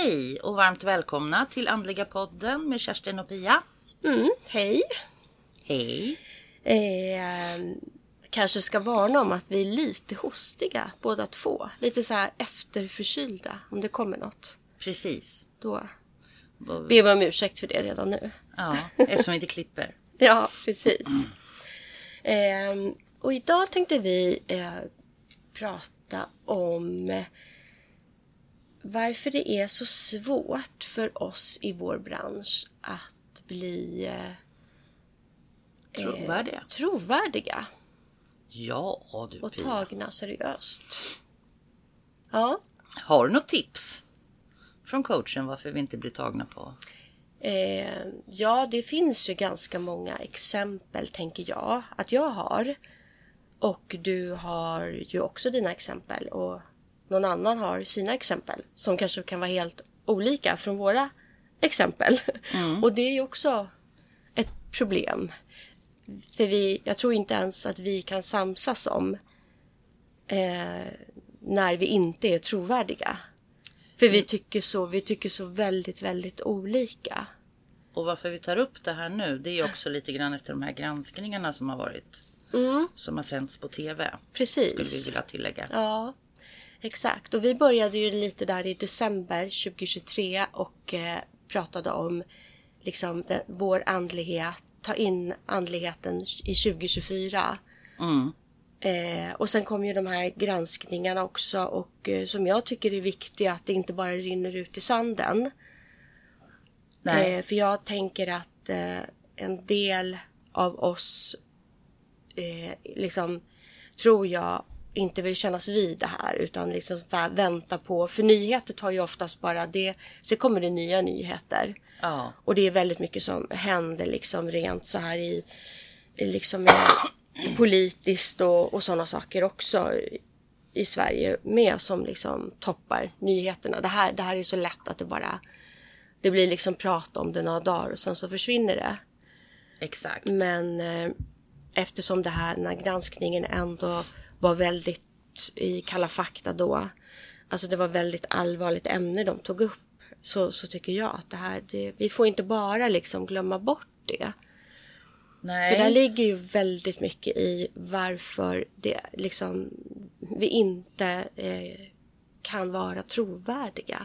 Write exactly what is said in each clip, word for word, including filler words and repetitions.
Hej och varmt välkomna till Andliga podden med Kerstin och Pia. Mm, hej. Hej. Eh, kanske ska varna om att vi är lite hostiga båda två. Lite så här efterförkylda om det kommer något. Precis. Då ber vi om ursäkt för det redan nu. Ja, eftersom vi inte klipper. Ja, precis. Mm. Eh, och idag tänkte vi eh, prata om eh, varför det är så svårt för oss i vår bransch att bli eh, Trovärdiga. Eh, trovärdiga. Ja, du och Pia. tagna seriöst. Ja. Har du något tips från coachen varför vi inte blir tagna på? Eh, ja, det finns ju ganska många exempel, tänker jag, att jag har. Och du har ju också dina exempel. Och någon annan har sina exempel. Som kanske kan vara helt olika från våra exempel. Mm. Och det är ju också ett problem. För vi, jag tror inte ens att vi kan samsas om eh, när vi inte är trovärdiga. För vi tycker så, vi tycker så väldigt, väldigt olika. Och varför vi tar upp det här nu, det är också lite grann efter de här granskningarna som har varit. Mm. Som har sänts på tv. Precis. Skulle vi vilja tillägga. Ja, exakt. Och vi började ju lite där i december tjugohundratjugotre och eh, pratade om liksom den, vår andlighet. Ta in andligheten i tjugohundratjugofyra. Mm. Eh, och sen kom ju de här granskningarna också. Och eh, som jag tycker är viktiga. Att det inte bara rinner ut i sanden. Nej. Eh, för jag tänker att eh, en del av oss. Eh, liksom tror jag inte vill kännas vid det här. Utan liksom vänta på. För nyheter tar ju oftast bara det. Så kommer det nya nyheter. Ja. Och det är väldigt mycket som händer liksom rent så här i, liksom i, politiskt och, och sådana saker också i, i Sverige med som liksom toppar nyheterna. Det här, det här är så lätt att det bara det blir liksom prat om det några dagar och sen så försvinner det. Exakt. Men eh, eftersom det här, den här granskningen ändå var väldigt i Kalla fakta då. Alltså det var väldigt allvarligt ämne de tog upp. Så, så tycker jag att det här, det, vi får inte bara liksom glömma bort det. Nej. För där ligger ju väldigt mycket i varför det liksom, vi inte eh, kan vara trovärdiga.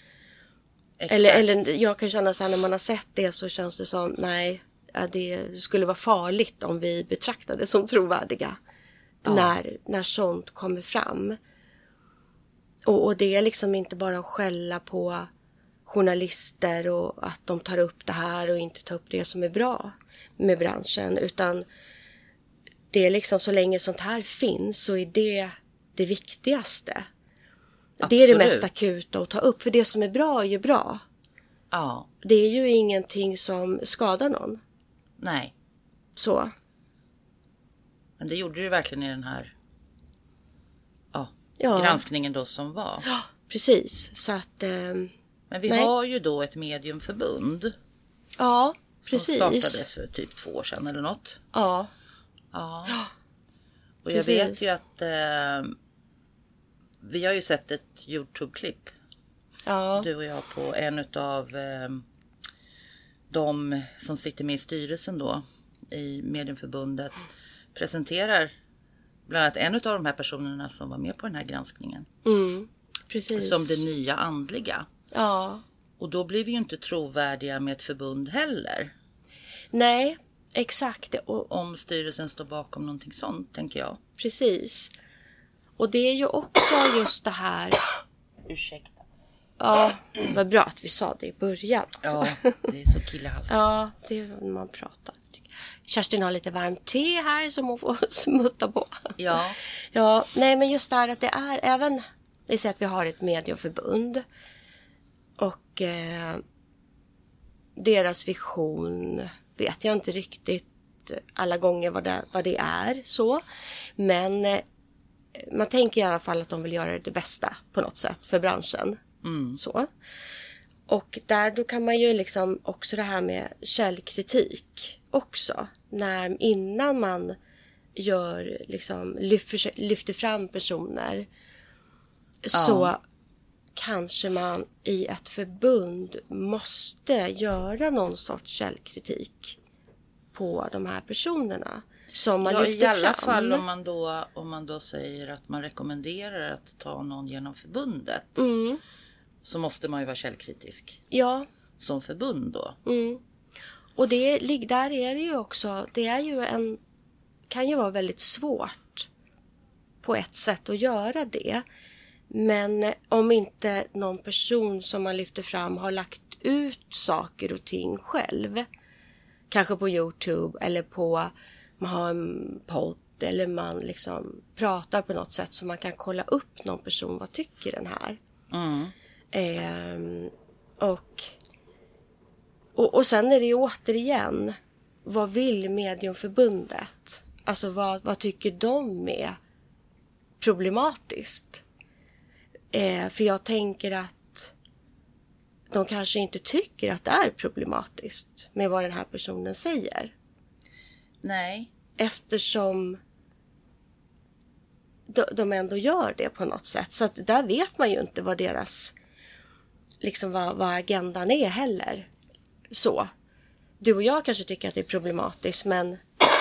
Eller, eller jag kan känna så här när man har sett det så känns det som, nej, det skulle vara farligt om vi betraktade som trovärdiga. Ja. När, när sånt kommer fram. Och, och det är liksom inte bara att skälla på journalister och att de tar upp det här och inte tar upp det som är bra med branschen. Utan det är liksom så länge sånt här finns så är det det viktigaste. Absolut. Det är det mest akuta att ta upp. För det som är bra är ju bra. Ja. Det är ju ingenting som skadar någon. Nej. Så. Men det gjorde det verkligen i den här ja, ja. granskningen då som var. Ja, precis. Så att... Eh, Men vi nej. har ju då ett mediumförbund. Ja, precis. Som startades för typ två år sedan eller något. Ja. Ja. Och jag precis. vet ju att eh, vi har ju sett ett YouTube-klipp. Ja. Du och jag på en av eh, de som sitter med i styrelsen då i mediumförbundet presenterar bland annat en av de här personerna som var med på den här granskningen. Mm, precis. Som det nya andliga. Ja. Och då blir vi ju inte trovärdiga med ett förbund heller. Nej, exakt. Och om styrelsen står bakom någonting sånt, tänker jag. Precis. Och det är ju också just det här. Ursäkta. Ja, vad bra att vi sa det i början. Ja, det är så killehals. Ja, det är när man pratar. Kerstin har lite varmt te här som hon får smutta på. Ja. Ja, nej men just det här att det är även. Det är så att vi har ett medieförbund. Och eh, deras vision vet jag inte riktigt alla gånger vad det, vad det är så. Men eh, man tänker i alla fall att de vill göra det bästa på något sätt för branschen. Mm. Så. Och där då kan man ju liksom också det här med källkritik också. När innan man gör liksom lyfter, lyfter fram personer. Ja. Så kanske man i ett förbund måste göra någon sorts källkritik på de här personerna som man ja, lyfter fram. I alla fram. fall om man, då, om man då säger att man rekommenderar att ta någon genom förbundet. Mm. Så måste man ju vara källkritisk. Ja. Som förbund då. Mm. Och det, där är det ju också, det är ju en, kan ju vara väldigt svårt på ett sätt att göra det. Men om inte någon person som man lyfter fram har lagt ut saker och ting själv. Kanske på YouTube eller på, man har en podd eller man liksom pratar på något sätt så man kan kolla upp någon person, vad tycker den här. Mm. Eh, och, och, och sen är det ju återigen, vad vill Mediumförbundet? Alltså vad, vad tycker de är problematiskt? Eh, för jag tänker att de kanske inte tycker att det är problematiskt med vad den här personen säger. Nej. Eftersom de, de ändå gör det på något sätt. Så att där vet man ju inte vad deras, liksom vad, vad agendan är heller. Så. Du och jag kanske tycker att det är problematiskt, men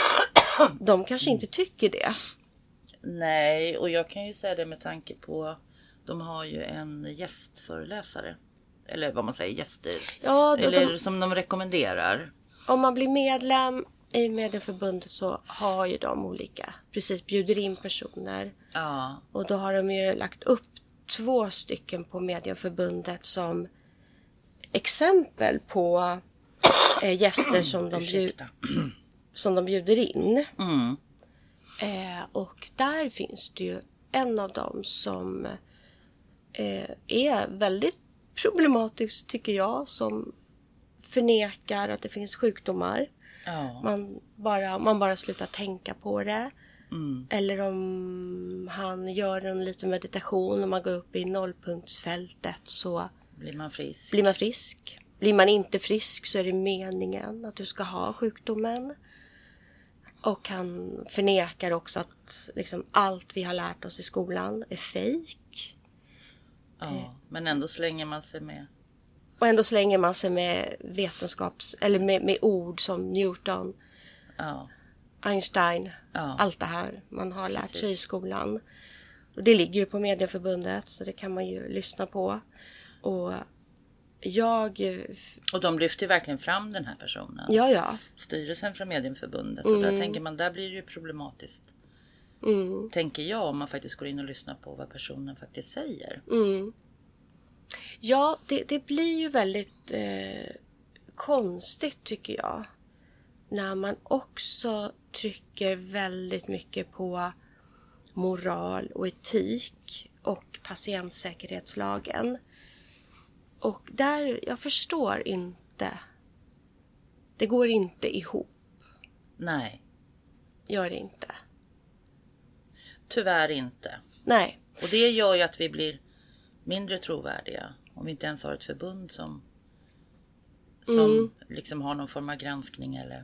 de kanske inte tycker det. Nej, och jag kan ju säga det med tanke på, de har ju en gästföreläsare. Eller vad man säger, gäster. Ja, de, eller de, som de rekommenderar. Om man blir medlem i Mediumförbundet så har ju de olika, precis, bjuder in personer. Ja. Och då har de ju lagt upp två stycken på Mediumförbundet som exempel på eh, gäster som de, bjud, som de bjuder in. Mm. Eh, och där finns det ju en av dem som eh, är väldigt problematisk, tycker jag, som förnekar att det finns sjukdomar. Ja. Man, bara, man bara slutar tänka på det. Mm. Eller om han gör en liten meditation och man går upp i nollpunktsfältet så blir man frisk. Blir man frisk. Blir man inte frisk så är det meningen att du ska ha sjukdomen. Och han förnekar också att liksom, allt vi har lärt oss i skolan är fejk. Ja, men ändå slänger man sig med. Och ändå slänger man sig med vetenskaps... Eller med, med ord som Newton. Ja. Einstein. Ja. Allt det här man har lärt Precis. sig i skolan. Och det ligger ju på Mediumförbundet. Så det kan man ju lyssna på. Och jag... Och de lyfter verkligen fram den här personen. Ja, ja. Styrelsen från Mediumförbundet. Mm. Och där tänker man, där blir det ju problematiskt. Mm. Tänker jag, om man faktiskt går in och lyssnar på vad personen faktiskt säger. Mm. Ja, det, det blir ju väldigt eh, konstigt tycker jag. När man också trycker väldigt mycket på moral och etik och patientsäkerhetslagen. Och där, jag förstår inte. Det går inte ihop. Nej. Gör det inte. Tyvärr inte. Nej. Och det gör ju att vi blir mindre trovärdiga. Om vi inte ens har ett förbund som, som mm. liksom har någon form av granskning eller...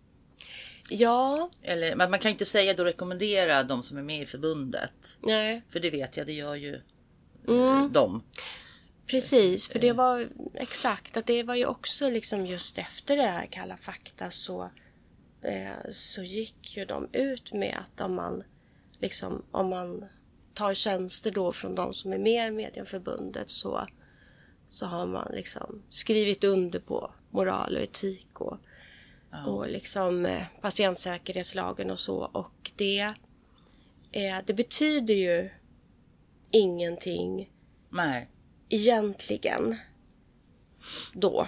Ja. Eller, man kan inte säga då rekommendera de som är med i förbundet. Nej. För det vet jag, det gör ju mm. de. Precis, för det var exakt att det var ju också liksom just efter det här Kalla fakta så, eh, så gick ju de ut med att om man liksom, om man tar tjänster då från de som är med i Mediumförbundet så, så har man liksom skrivit under på moral och etik och, ja. och liksom eh, patientsäkerhetslagen och så. Och det, eh, det betyder ju ingenting. Nej. Egentligen då.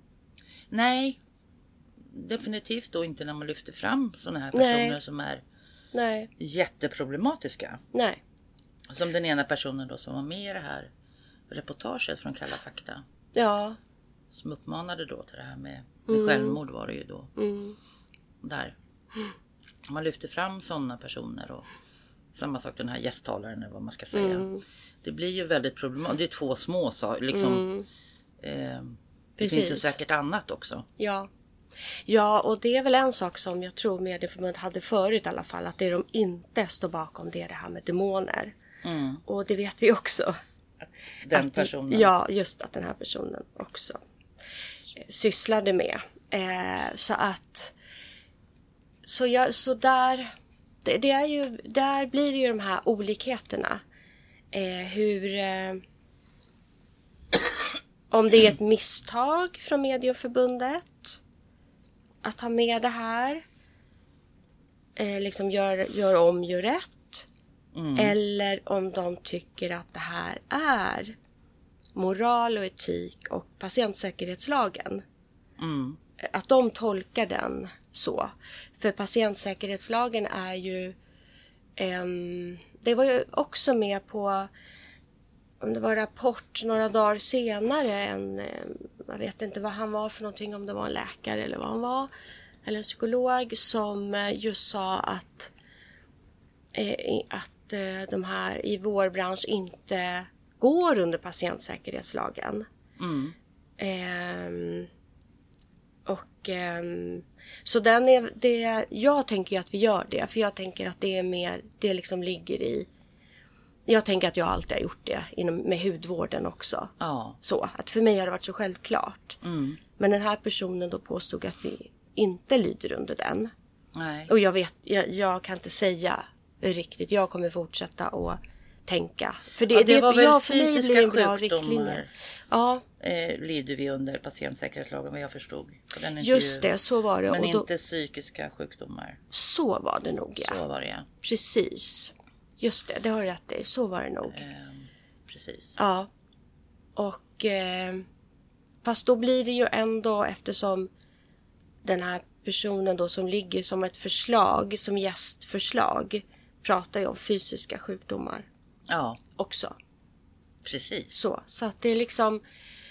Nej. Definitivt då inte när man lyfter fram sådana här personer Nej. som är Nej. jätteproblematiska. Nej. Som den ena personen då som var med i det här reportaget från Kalla fakta. Ja. Som uppmanade då till det här med, med mm. självmord var det ju då. Mm. Där. Man lyfter fram sådana personer och samma sak den här gästtalaren eller vad man ska säga. Mm. Det blir ju väldigt problematiskt. Det är två små saker. Liksom, mm. eh, det finns ju säkert annat också. Ja. Ja, och det är väl en sak som jag tror Mediumförbundet hade förut i alla fall. Att det de inte står bakom det är det här med demoner. Mm. Och det vet vi också. Den att, personen. Ja, just att den här personen också sysslade med. Eh, så att så, jag, så där det, det är ju, där blir det ju de här olikheterna. Eh, hur eh, om det är ett misstag från Mediumförbundet att ha med det här. Eh, liksom gör, gör om, gör rätt. Mm. Eller om de tycker att det här är moral och etik och patientsäkerhetslagen. Mm. Att de tolkar den så. För patientsäkerhetslagen är ju um, det var ju också med på, om det var Rapport några dagar senare, en, jag vet inte vad han var för någonting, om det var en läkare eller vad han var, eller en psykolog, som just sa att eh, att eh, de här i vår bransch inte går under patientsäkerhetslagen. Mm. Eh, och eh, så den är det, jag tänker ju att vi gör det, för jag tänker att det är mer, det liksom ligger i, jag tänker att jag alltid har gjort det inom, med hudvården också. Ja. Så att för mig har det varit så självklart. Mm. Men den här personen då påstod att vi inte lyder under den. Nej. Och jag vet, jag, jag kan inte säga riktigt. Jag kommer fortsätta att tänka. För det, ja, det, det var väl ja, för mig blir en bra riktlinje. Ja. Eh, lyder vi under patientsäkerhetslagen, vad jag förstod. Just det, så var det. Men och då, inte psykiska sjukdomar. Så var det nog, ja. Så var det, ja. Precis. Just det, det har du rätt i. Så var det nog. Eh, precis. Ja. Och eh, fast då blir det ju ändå, eftersom den här personen då som ligger som ett förslag, som gästförslag, pratar ju om fysiska sjukdomar. Ja. Också. Precis. Så, så att det är liksom,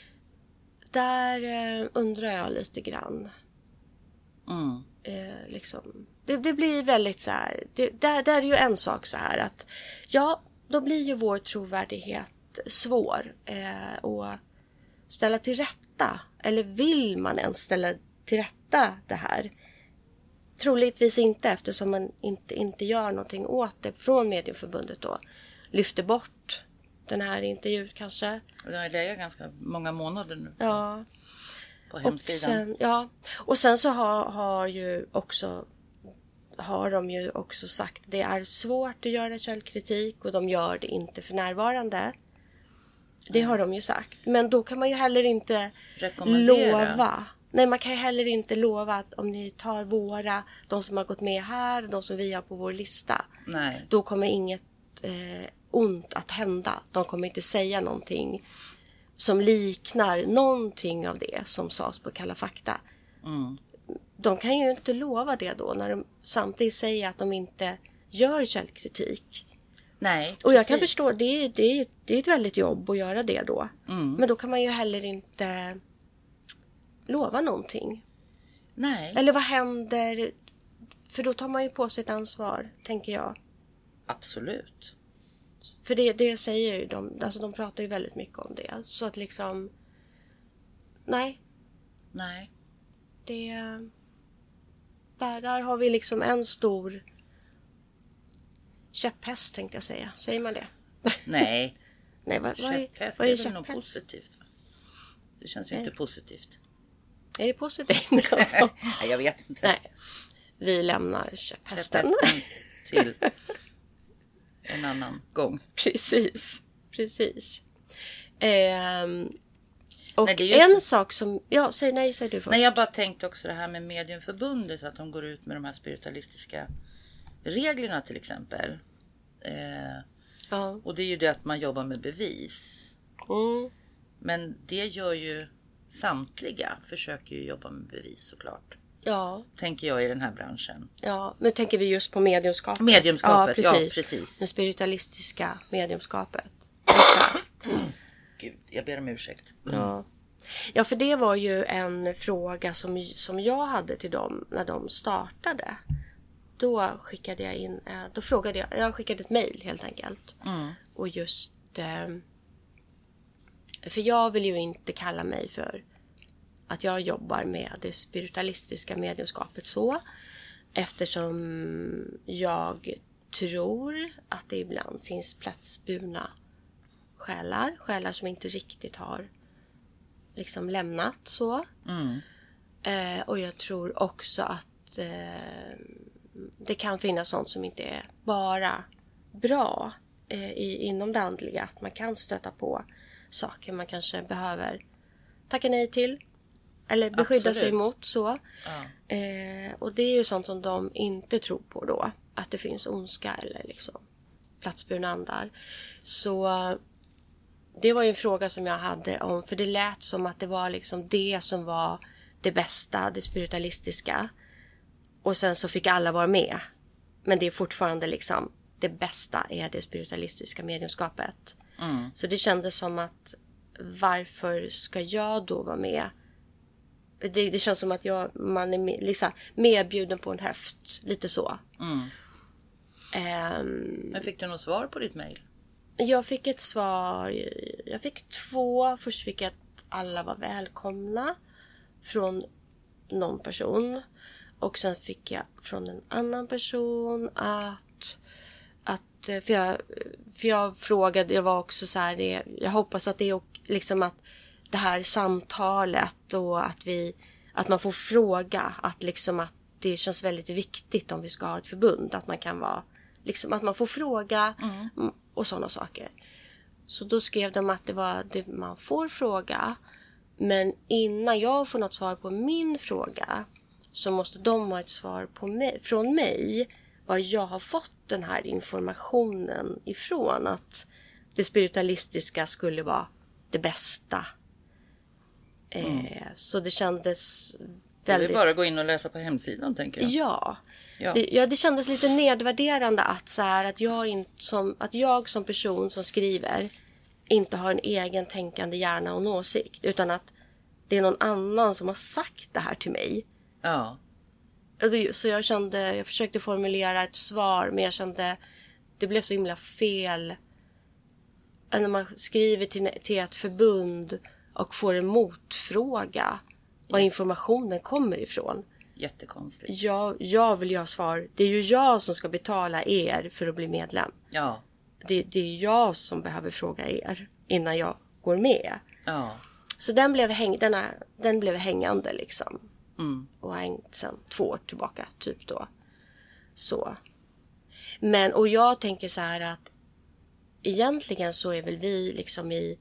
där eh, undrar jag lite grann. Mm. Eh, liksom, det, det blir väldigt så här, det, där, där är ju en sak så här att, ja, då blir ju vår trovärdighet svår eh, att ställa till rätta. Eller vill man ens ställa till rätta det här? Troligtvis inte, eftersom man inte, inte gör någonting åt det från Mediumförbundet då. Lyfter bort den här intervjun kanske. Och den har legat ganska många månader nu. Ja. På hemsidan. Och sen, ja. Och sen så har, har ju också har de ju också sagt att det är svårt att göra källkritik och de gör det inte för närvarande. Det har de ju sagt. Men då kan man ju heller inte lova. Nej, man kan ju heller inte lova att om ni tar våra, de som har gått med här, de som vi har på vår lista. Nej. Då kommer inget eh, ont att hända. De kommer inte säga någonting som liknar någonting av det som sades på Kalla fakta. Mm. De kan ju inte lova det då när de samtidigt säger att de inte gör källkritik. Nej, precis. Och jag kan förstå, det är, det, är, det är ett väldigt jobb att göra det då. Mm. Men då kan man ju heller inte lova någonting. Nej. Eller vad händer? För då tar man ju på sig ett ansvar, tänker jag. Absolut. För det, det säger ju de, alltså de pratar ju väldigt mycket om det. Så att liksom, nej. Nej. Det, där, där har vi liksom en stor käpphäst, tänkte jag säga. Säger man det? Nej. Nej, vad, vad är, käpphäst vad är, är väl något positivt? Va? Det känns ju Nej. inte positivt. Är det positivt? Nej, jag vet inte. Nej. Vi lämnar käpphästen. käpphästen till en annan gång. Precis. Precis. Ehm, och nej, en så... sak som... Ja, säg nej, säg du först. Nej, jag bara tänkte också det här med Mediumförbundet. Att de går ut med de här spiritualistiska reglerna till exempel. Eh, ja. Och det är ju det att man jobbar med bevis. Mm. Men det gör ju samtliga. Försöker ju jobba med bevis såklart. Ja. Tänker jag i den här branschen. Ja, men tänker vi just på mediumskapet. Mediumskapet, ja precis. Ja, precis. Det spiritualistiska mediumskapet. Exakt. Mm. Gud, jag ber om ursäkt. Mm. Ja. Ja, för det var ju en fråga som, som jag hade till dem när de startade. Då skickade jag in, då frågade jag, jag skickade ett mejl helt enkelt. Mm. Och just, för jag vill ju inte kalla mig för att jag jobbar med det spiritualistiska mediumskapet så. Eftersom jag tror att det ibland finns platsburna själar. Själar som inte riktigt har liksom lämnat så. Mm. Eh, och jag tror också att eh, det kan finnas sånt som inte är bara bra eh, i, inom det andliga. Att man kan stöta på saker man kanske behöver tacka nej till. Eller beskydda Absolut. sig mot så. Ja. Eh, och det är ju sånt som de inte tror på då. Att det finns ondska eller liksom platsburna andar. Så det var ju en fråga som jag hade om. För det lät som att det var liksom det som var det bästa, det spiritualistiska. Och sen så fick alla vara med. Men det är fortfarande liksom det bästa är det spiritualistiska mediumskapet. Mm. Så det kändes som att varför ska jag då vara med? Det, det känns som att jag, man är med, liksom, medbjuden på en höft. Lite så. Mm. Um, Men fick du något svar på ditt mejl? Jag fick ett svar. Jag fick två. Först fick jag att alla var välkomna. Från någon person. Och sen fick jag från en annan person att... att för, jag, för jag frågade, jag var också så här... Det, jag hoppas att det är liksom att det här samtalet och att vi... Att man får fråga. Att liksom att det känns väldigt viktigt om vi ska ha ett förbund. Att man kan vara... Liksom att man får fråga mm. och sådana saker. Så då skrev de att det var det man får fråga. Men innan jag får något svar på min fråga så måste de ha ett svar på mig, från mig. Vad jag har fått den här informationen ifrån. Att det spiritualistiska skulle vara det bästa. Mm. Eh, så det kändes väldigt... Det är bara att gå in och läsa på hemsidan, tänker jag. Ja. Ja. Det, ja, det kändes lite nedvärderande att, så här, att, jag inte som, att jag som person som skriver inte har en egen tänkande hjärna och en åsikt. Utan att det är någon annan som har sagt det här till mig. Ja. Så jag kände, jag försökte formulera ett svar, men jag kände det blev så himla fel. När man skriver till, till ett förbund och får en motfråga var informationen kommer ifrån. Jättekonstigt. Jag, jag vill ju ha svar. Det är ju jag som ska betala er för att bli medlem. Ja. Det, det är jag som behöver fråga er innan jag går med. Ja. Så den blev, häng, denna, den blev hängande liksom. Mm. Och har hängt sedan två år tillbaka typ då. Så. Men, och jag tänker så här att egentligen så är väl vi liksom i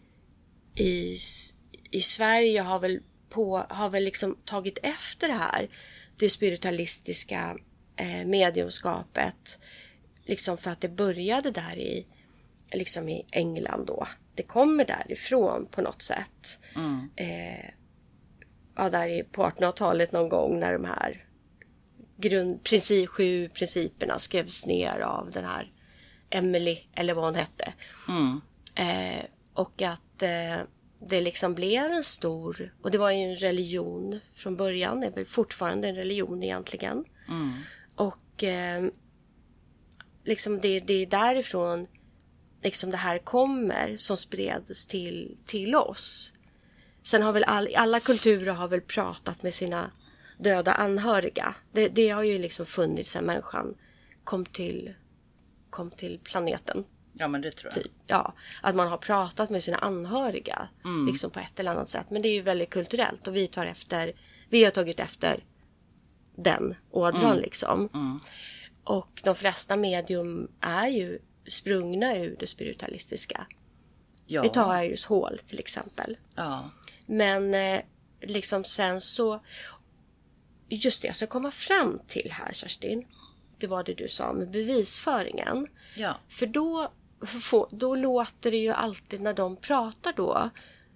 i, i Sverige har väl på, har väl liksom tagit efter det här. Det spiritualistiska eh, mediumskapet. Liksom för att det började där i, liksom i England då. Det kommer därifrån på något sätt. Mm. Eh, ja, där i på artonhundratalet någon gång när de här grund, princip, sju principerna skrevs ner av den här Emily, eller vad hon hette. Mm. Eh, och att eh, det liksom blev en stor... Och det var ju en religion från början. Det är väl fortfarande en religion egentligen. Mm. Och eh, liksom det, det är därifrån liksom det här kommer som spreds till, till oss. Sen har väl all, alla kulturer har väl pratat med sina döda anhöriga. Det, det har ju liksom funnits sedan människan kom till, kom till planeten. Ja, men det tror jag. Typ. Ja, att man har pratat med sina anhöriga Mm. liksom på ett eller annat sätt. Men det är ju väldigt kulturellt och vi tar efter, vi har tagit efter den ådran Mm. liksom. Mm. Och de flesta medium är ju sprungna ur det spiritualistiska. Ja. Vi tar Iris Hall till exempel. Ja. Men eh, liksom sen så, just det, jag ska komma fram till här, Kerstin. Det var det du sa med bevisföringen. Ja. För då, för, då låter det ju alltid när de pratar då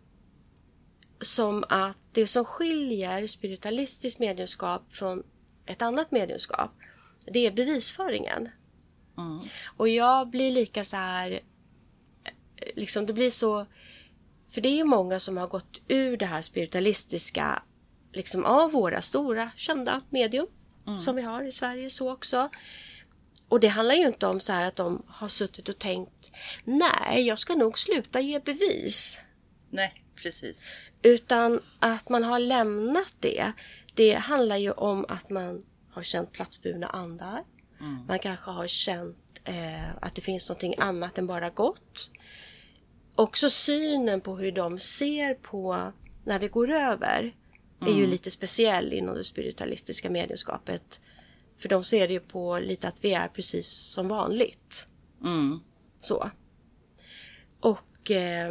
som att det som skiljer spiritualistiskt mediumskap från ett annat mediumskap, det är bevisföringen. Mm. Och jag blir lika så här, liksom det blir så, för det är ju många som har gått ur det här spiritualistiska liksom av våra stora kända medium mm. som vi har i Sverige så också. Och det handlar ju inte om så här att de har suttit och tänkt, nej, jag ska nog sluta ge bevis. Nej, precis. Utan att man har lämnat det. Det handlar ju om att man har känt platsburna andar. Mm. Man kanske har känt eh, att det finns någonting annat än bara gott. också synen på hur de ser på när vi går över är mm. ju lite speciell inom det spiritualistiska mediumskapet. För de ser ju på lite att vi är precis som vanligt. Mm. Så. Och eh,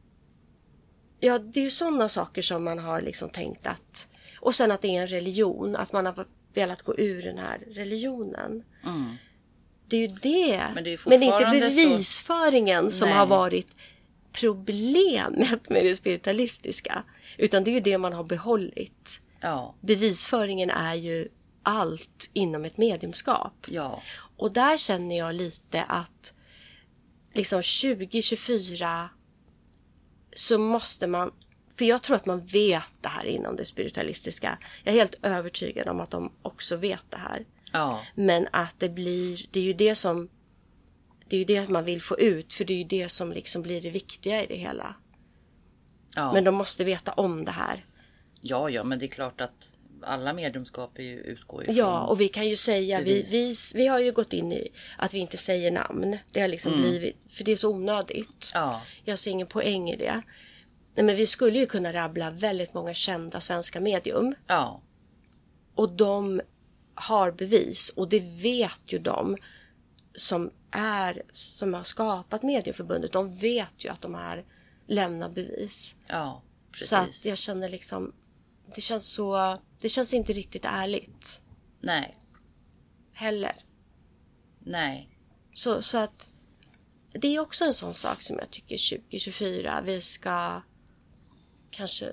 ja, det är ju sådana saker som man har liksom tänkt att... Och sen att det är en religion. Att man har velat gå ur den här religionen. Mm. Det är ju det. Men det är, Men inte bevisföringen så... som Nej. har varit problemet med det spiritualistiska. Utan det är ju det man har behållit. Ja. Bevisföringen är ju allt inom ett mediumskap. Ja. Och där känner jag lite att liksom tjugo tjugofyra så måste man, för jag tror att man vet det här inom det spiritualistiska. Jag är helt övertygad om att de också vet det här. Ja. Men att det blir, det är ju det som, det är ju det man vill få ut, för det är ju det som liksom blir det viktiga i det hela. Ja. Men de måste veta om det här. Ja, ja, men det är klart att alla mediumskap är ju, utgår ifrån. Ja, och vi kan ju säga, vi, vi, vi har ju gått in i att vi inte säger namn. Det har liksom mm. blivit, för det är så onödigt. Ja. Jag ser ingen poäng i det. Nej, men vi skulle ju kunna rabbla väldigt många kända svenska medium. Ja. Och de har bevis, och det vet ju de som är, som har skapat Medieförbundet. De vet ju att de här lämnar bevis. Ja, precis. Så att jag känner liksom, det känns så, det känns inte riktigt ärligt. Nej. Heller. Nej. Så, så att det är också en sån sak som jag tycker tjugo tjugofyra vi ska kanske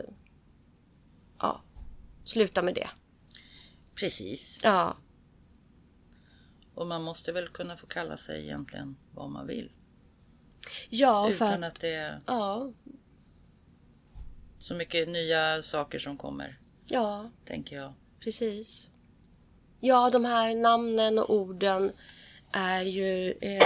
ja, sluta med det. Precis. Ja. Och man måste väl kunna få kalla sig egentligen vad man vill. Ja, utan för att, att det är ja. så mycket nya saker som kommer. Ja. Tänker jag. Precis. Ja, de här namnen och orden är ju eh,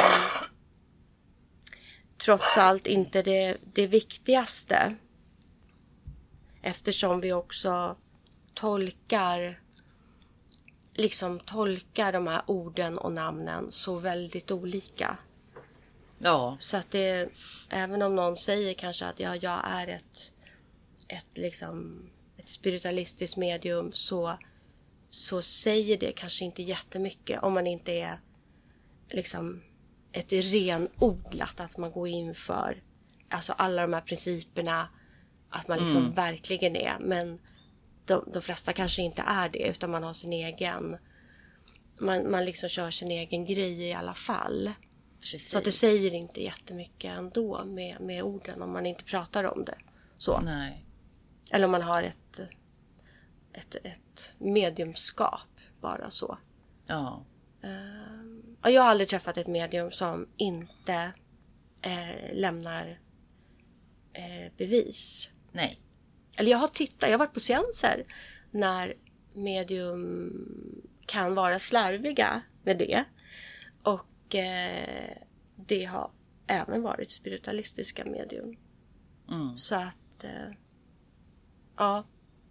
trots allt inte det, det viktigaste. Eftersom vi också tolkar liksom tolkar de här orden och namnen så väldigt olika. Ja. Så att det, även om någon säger kanske att ja, jag är ett, ett, liksom, ett spiritualistiskt medium, så, så säger det kanske inte jättemycket om man inte är liksom ett renodlat, att man går in för alltså alla de här principerna, att man liksom mm. verkligen är. Men de, de flesta kanske inte är det, utan man har sin egen, man, man liksom kör sin egen grej i alla fall. Precis. Så att det säger inte jättemycket ändå med, med orden om man inte pratar om det. Så. Nej. Eller om man har ett, ett, ett mediumskap bara så. Ja. Uh, och jag har aldrig träffat ett medium som inte uh, lämnar uh, bevis. Nej. Eller jag har tittat, jag har varit på seanser när medium kan vara slarviga med det. Och eh, det har även varit spiritualistiska medium. Mm. Så att, eh, ja.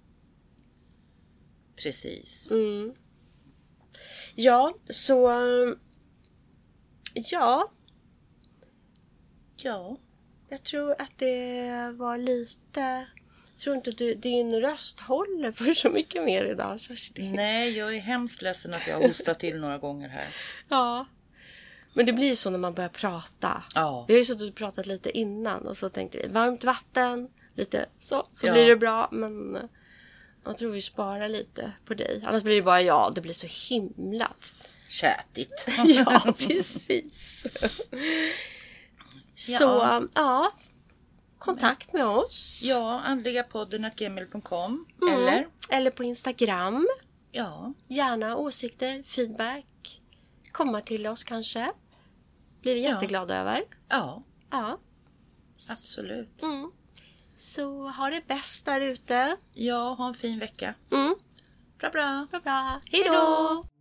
Precis. Mm. Ja, så, ja. Ja. Jag tror att det var lite... Jag tror inte att du, din röst håller för så mycket mer idag, Kerstin. Nej, jag är hemskt ledsen att jag har hostat till några gånger här. Ja. Men det blir så när man börjar prata. Ja. Vi har ju suttit och pratat lite innan. Och så tänkte vi, varmt vatten. Lite så, så ja. blir det bra. Men jag tror vi sparar lite på dig. Annars blir det bara ja, det blir så himla tjatigt. Ja, precis. Så, ja. ja. Kontakt med oss. Ja, andligapodden at gmail punkt com. Mm. Eller? Eller på Instagram. Ja. Gärna åsikter, feedback. Komma till oss kanske. Blir vi ja. jätteglada över. Ja. Ja. Absolut. Mm. Så ha det bäst där ute. Ja, ha en fin vecka. Mm. Bra, bra. Bra, bra. Hej då!